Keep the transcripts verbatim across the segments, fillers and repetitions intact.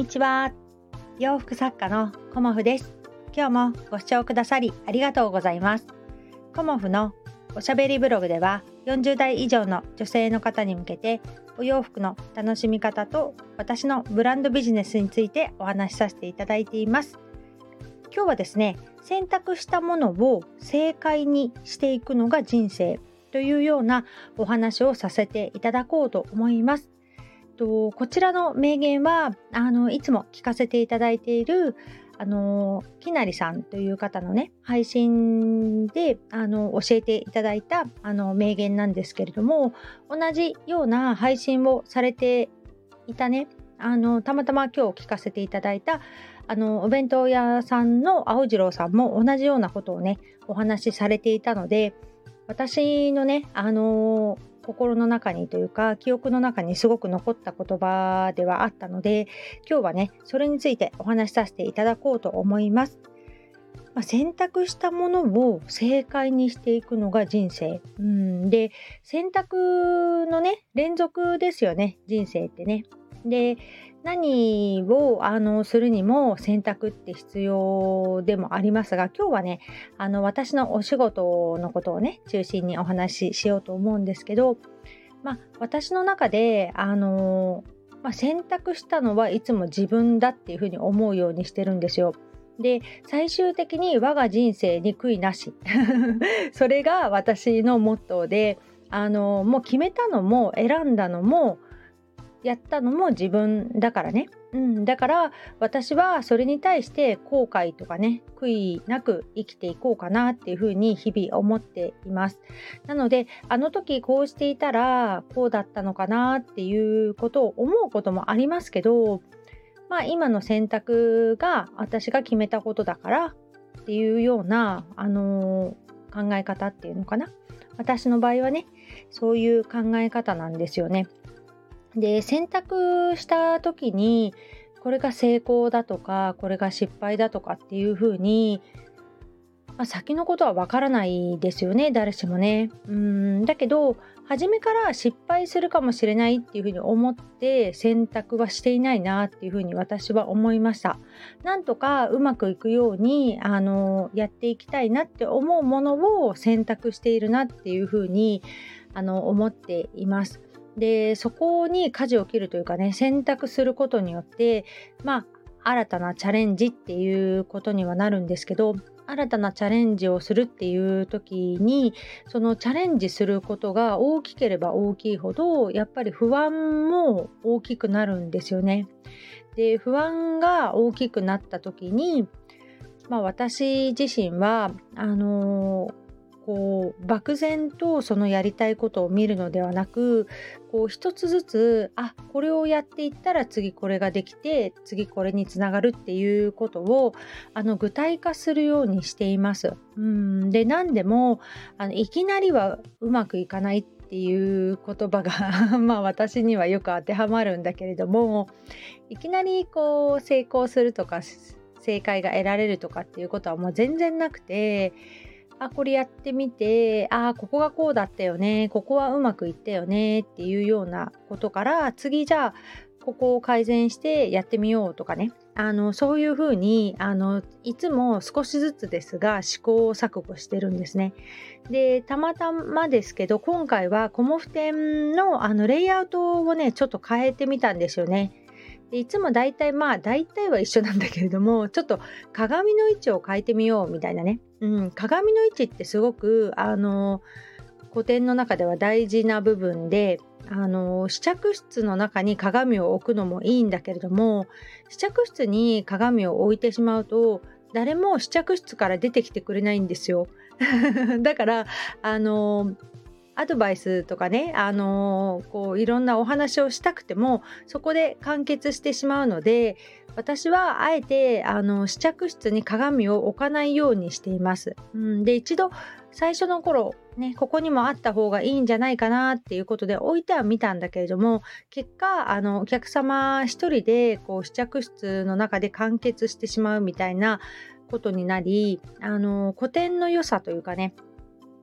にちは。洋服作家のコモフです。今日もご視聴くださりありがとうございます。コモフのおしゃべりブログではよんじゅうだい以上の女性の方に向けてお洋服の楽しみ方と私のブランドビジネスについてお話しさせていただいています。今日はですね、選択したものを正解にしていくのが人生というようなお話をさせていただこうと思います。とこちらの名言はあのいつも聞かせていただいているあのきなりさんという方のね配信であの教えていただいたあの名言なんですけれども、同じような配信をされていたねあのたまたま今日聞かせていただいたあのお弁当屋さんの青次郎さんも同じようなことをねお話しされていたので、私のねあの心の中にというか記憶の中にすごく残った言葉ではあったので、今日はねそれについてお話しさせていただこうと思います。まあ、選択したものを正解にしていくのが人生、うんで選択のね連続ですよね、人生ってね。で何をあのするにも選択って必要でもありますが、今日はねあの私のお仕事のことをね中心にお話ししようと思うんですけど、まあ、私の中であの、まあ、選択したのはいつも自分だっていうふうに思うようにしてるんですよ。で最終的に我が人生に悔いなしそれが私のモットーで、あのもう決めたのも選んだのもやったのも自分だからね、うん、だから私はそれに対して後悔とかね悔いなく生きていこうかなっていうふうに日々思っています。なのであの時こうしていたらこうだったのかなっていうことを思うこともありますけど、まあ今の選択が私が決めたことだからっていうような、あのー考え方っていうのかな、私の場合はねそういう考え方なんですよね。で選択した時にこれが成功だとかこれが失敗だとかっていう風に、まあ、先のことはわからないですよね、誰しもね。うんだけど初めから失敗するかもしれないっていう風に思って選択はしていないなっていう風に私は思いました。なんとかうまくいくようにあのやっていきたいなって思うものを選択しているなっていう風にあの思っています。でそこに舵を切るというかね、選択することによってまあ新たなチャレンジっていうことにはなるんですけど、新たなチャレンジをするっていう時にそのチャレンジすることが大きければ大きいほどやっぱり不安も大きくなるんですよね。で不安が大きくなった時に、まあ、私自身はあのーこう漠然とそのやりたいことを見るのではなく、こう一つずつあこれをやっていったら次これができて次これにつながるっていうことをあの具体化するようにしています。うんで何でもあのいきなりはうまくいかないっていう言葉がまあ私にはよく当てはまるんだけれども、いきなりこう成功するとか正解が得られるとかっていうことはもう全然なくて、あこれやってみてあここがこうだったよね、ここはうまくいったよねっていうようなことから、次じゃあここを改善してやってみようとかね、あのそういうふうにあのいつも少しずつですが試行錯誤してるんですね。でたまたまですけど今回はコモフ展のあのレイアウトをねちょっと変えてみたんですよね。でいつもだいたいまあ大体は一緒なんだけれども、ちょっと鏡の位置を変えてみようみたいなね、うん、鏡の位置ってすごくあの古典の中では大事な部分で、あの試着室の中に鏡を置くのもいいんだけれども、試着室に鏡を置いてしまうと誰も試着室から出てきてくれないんですよだからあのアドバイスとかね、あのーこういろんなお話をしたくてもそこで完結してしまうので、私はあえてあの試着室に鏡を置かないようにしています。うん、で一度最初の頃ねここにもあった方がいいんじゃないかなっていうことで置いてはみたんだけれども、結果あのお客様一人でこう試着室の中で完結してしまうみたいなことになり、あの古典の良さというかね、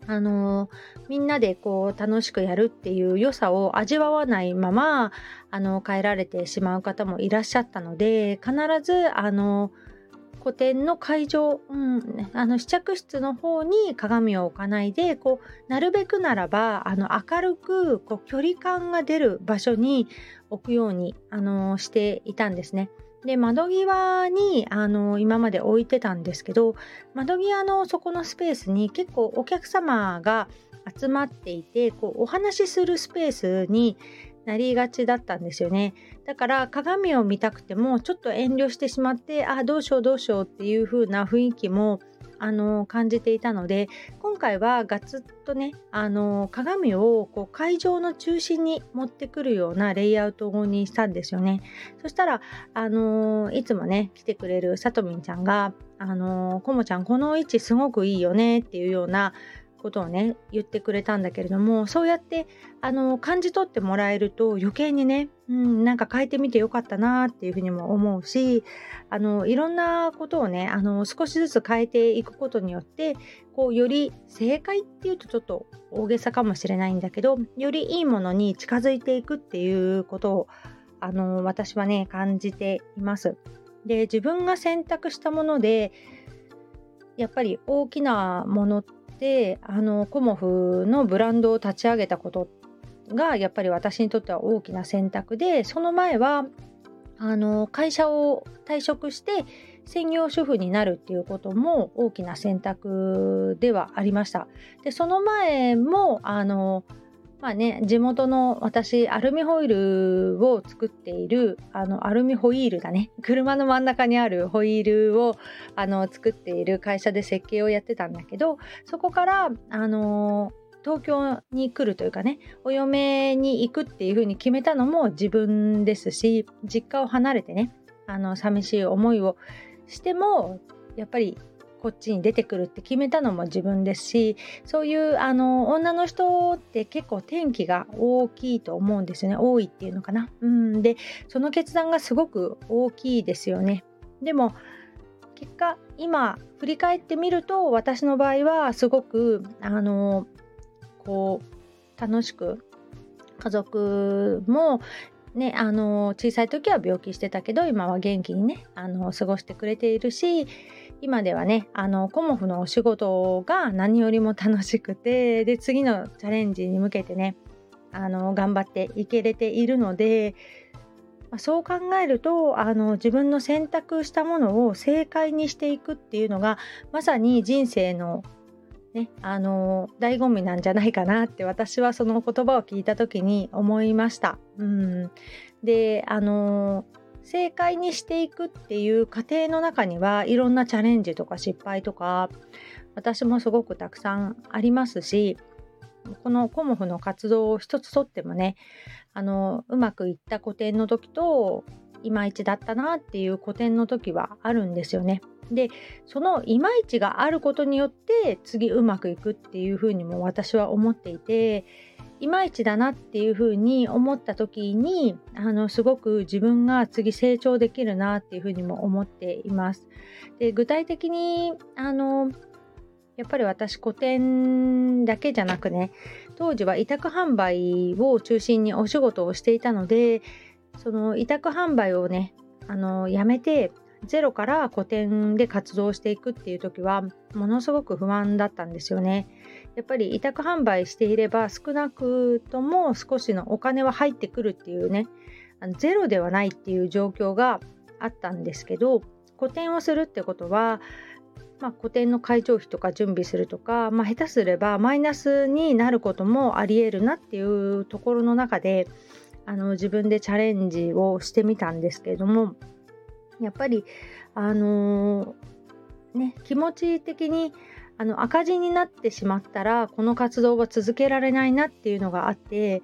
あのみんなでこう楽しくやるっていう良さを味わわないままあの帰られてしまう方もいらっしゃったので、必ずあの個展の会場、うんね、あの試着室の方に鏡を置かないで、こうなるべくならばあの明るくこう距離感が出る場所に置くようにあのしていたんですね。で、窓際にあの今まで置いてたんですけど、窓際のそこのスペースに結構お客様が集まっていて、こうお話しするスペースになりがちだったんですよね。だから鏡を見たくてもちょっと遠慮してしまって、あ、どうしようどうしようっていう風な雰囲気もあの感じていたので、今回はガツッとね、あの鏡をこう会場の中心に持ってくるようなレイアウトにしたんですよね。そしたらあのいつもね来てくれるさとみんちゃんが、あのこもちゃんこの位置すごくいいよねっていうようなことをね言ってくれたんだけれども、そうやってあの感じ取ってもらえると余計にね、うん、なんか変えてみてよかったなっていうふうにも思うし、あのいろんなことをねあの少しずつ変えていくことによって、こうより正解っていうとちょっと大げさかもしれないんだけど、よりいいものに近づいていくっていうことをあの私はね感じています。で、自分が選択したものでやっぱり大きなものってあのコモフのブランドを立ち上げたことがやっぱり私にとっては大きな選択で、その前はあの会社を退職して専業主婦になるっていうことも大きな選択ではありました。で、その前もあのまあね、地元の私アルミホイルを作っているあのアルミホイールだね、車の真ん中にあるホイールをあの作っている会社で設計をやってたんだけど、そこからあの東京に来るというかね、お嫁に行くっていう風に決めたのも自分ですし、実家を離れてねあの寂しい思いをしてもやっぱりこっちに出てくるって決めたのも自分ですし、そういうあの女の人って結構転機が大きいと思うんですよね。多いっていうのかな。うんで、その決断がすごく大きいですよね。でも結果今振り返ってみると、私の場合はすごくあのこう楽しく家族もね、あの小さい時は病気してたけど今は元気にねあの過ごしてくれているし、今ではねあのコモフのお仕事が何よりも楽しくて、で次のチャレンジに向けてねあの頑張っていけれているので、まあ、そう考えるとあの自分の選択したものを正解にしていくっていうのがまさに人生のね、あの醍醐味なんじゃないかなって私はその言葉を聞いた時に思いました。うん、で、あの正解にしていくっていう過程の中にはいろんなチャレンジとか失敗とか私もすごくたくさんありますし、このコモフの活動を一つとってもね、あのうまくいった個展の時といまいちだったなっていう個展の時はあるんですよね。で、そのいまいちがあることによって次うまくいくっていうふうにも私は思っていて、いまいちだなっていうふうに思った時にあのすごく自分が次成長できるなっていうふうにも思っています。で、具体的にあのやっぱり私個展だけじゃなくね、当時は委託販売を中心にお仕事をしていたので、その委託販売をねあのやめてゼロから個展で活動していくっていう時はものすごく不安だったんですよね。やっぱり委託販売していれば少なくとも少しのお金は入ってくるっていうね、あのゼロではないっていう状況があったんですけど、個展をするってことは、まあ、個展の会場費とか準備するとか、まあ、下手すればマイナスになることもありえるなっていうところの中であの自分でチャレンジをしてみたんですけれども、やっぱりあのー、ね気持ち的にあの赤字になってしまったらこの活動は続けられないなっていうのがあって、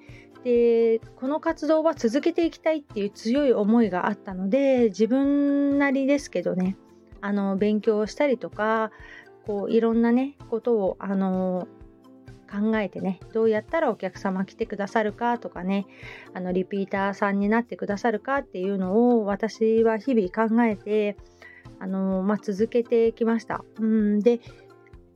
でこの活動は続けていきたいっていう強い思いがあったので、自分なりですけどねあの勉強したりとかこういろんなねことをあの考えてね、どうやったらお客様来てくださるかとかね、あのリピーターさんになってくださるかっていうのを私は日々考えてあの、まあ、続けてきました。うんで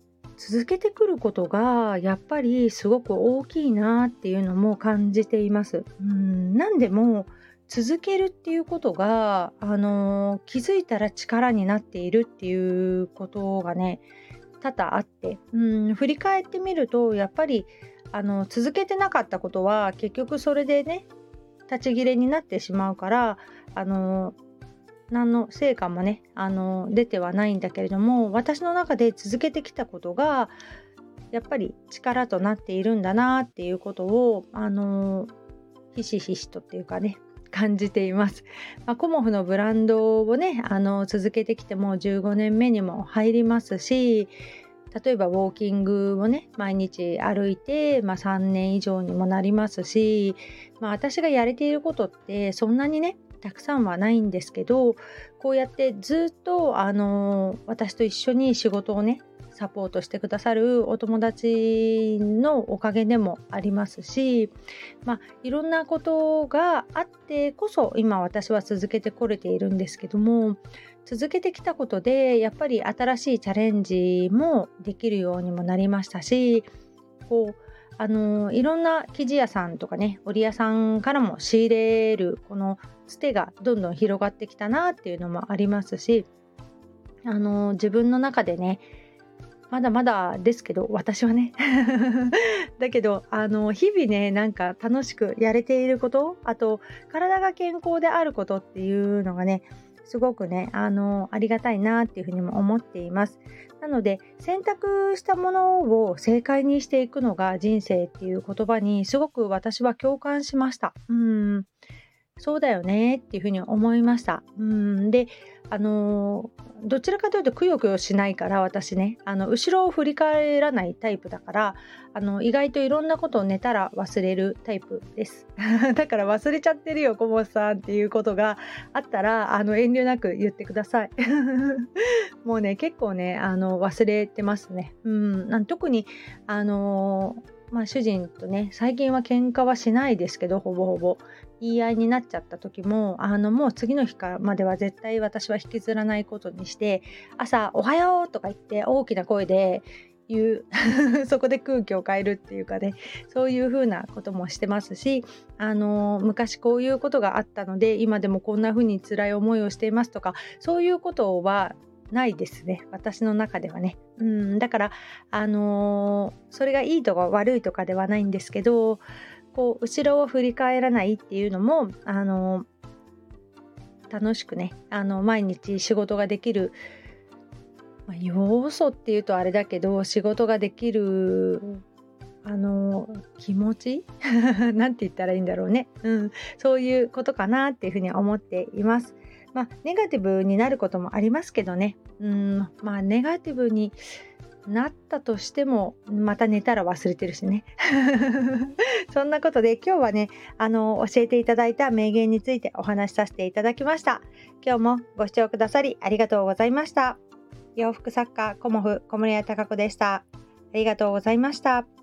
続けてくることがやっぱりすごく大きいなっていうのも感じています。うん、なんでも続けるっていうことが、あの気づいたら力になっているっていうことがね多々あって、うん、振り返ってみるとやっぱりあの続けてなかったことは結局それでね立ち切れになってしまうから、あの何の成果もねあの出てはないんだけれども、私の中で続けてきたことがやっぱり力となっているんだなっていうことをあのひしひしとっていうかね感じています。まあ、コモフのブランドをねあの続けてきてもじゅうごねんめにも入りますし、例えばウォーキングをね毎日歩いて、まあ、さんねん以上にもなりますし、まあ、私がやれていることってそんなにねたくさんはないんですけど、こうやってずっとあの私と一緒に仕事をねサポートしてくださるお友達のおかげでもありますし、まあ、いろんなことがあってこそ今私は続けてこれているんですけども、続けてきたことでやっぱり新しいチャレンジもできるようにもなりましたし、こうあのいろんな生地屋さんとかね織屋さんからも仕入れるこのつてがどんどん広がってきたなっていうのもありますし、あの自分の中でねまだまだですけど私はねだけどあの日々ねなんか楽しくやれていること、あと体が健康であることっていうのがねすごくねあのありがたいなっていうふうにも思っています。なので選択したものを正解にしていくのが人生っていう言葉にすごく私は共感しました。うんそうだよねっていうふうに思いました。うんであのどちらかというとくよくよしないから、私ねあの後ろを振り返らないタイプだから、あの意外といろんなことを寝たら忘れるタイプですだから忘れちゃってるよコモさんっていうことがあったらあの遠慮なく言ってくださいもうね結構ねあの忘れてますね。うんなん特にあのまあ、主人とね最近は喧嘩はしないですけど、ほぼほぼ言い合いになっちゃった時もあのもう次の日からまでは絶対私は引きずらないことにして、朝おはようとか言って大きな声で言うそこで空気を変えるっていうかね、そういう風なこともしてますし、あの昔こういうことがあったので今でもこんな風に辛い思いをしていますとか、そういうことはないですね、私の中ではね。うんだからあのーそれがいいとか悪いとかではないんですけど、こう後ろを振り返らないっていうのもあのー楽しくねあの毎日仕事ができる、まあ、要素っていうとあれだけど仕事ができるあの気持ちなんて言ったらいいんだろうね、うん、そういうことかなっていうふうに思っています。まあネガティブになることもありますけどね、うんまあネガティブになったとしてもまた寝たら忘れてるしねそんなことで今日はねあの教えていただいた名言についてお話しさせていただきました。今日もご視聴くださりありがとうございました。洋服作家コモフ小森屋貴子でした。ありがとうございました。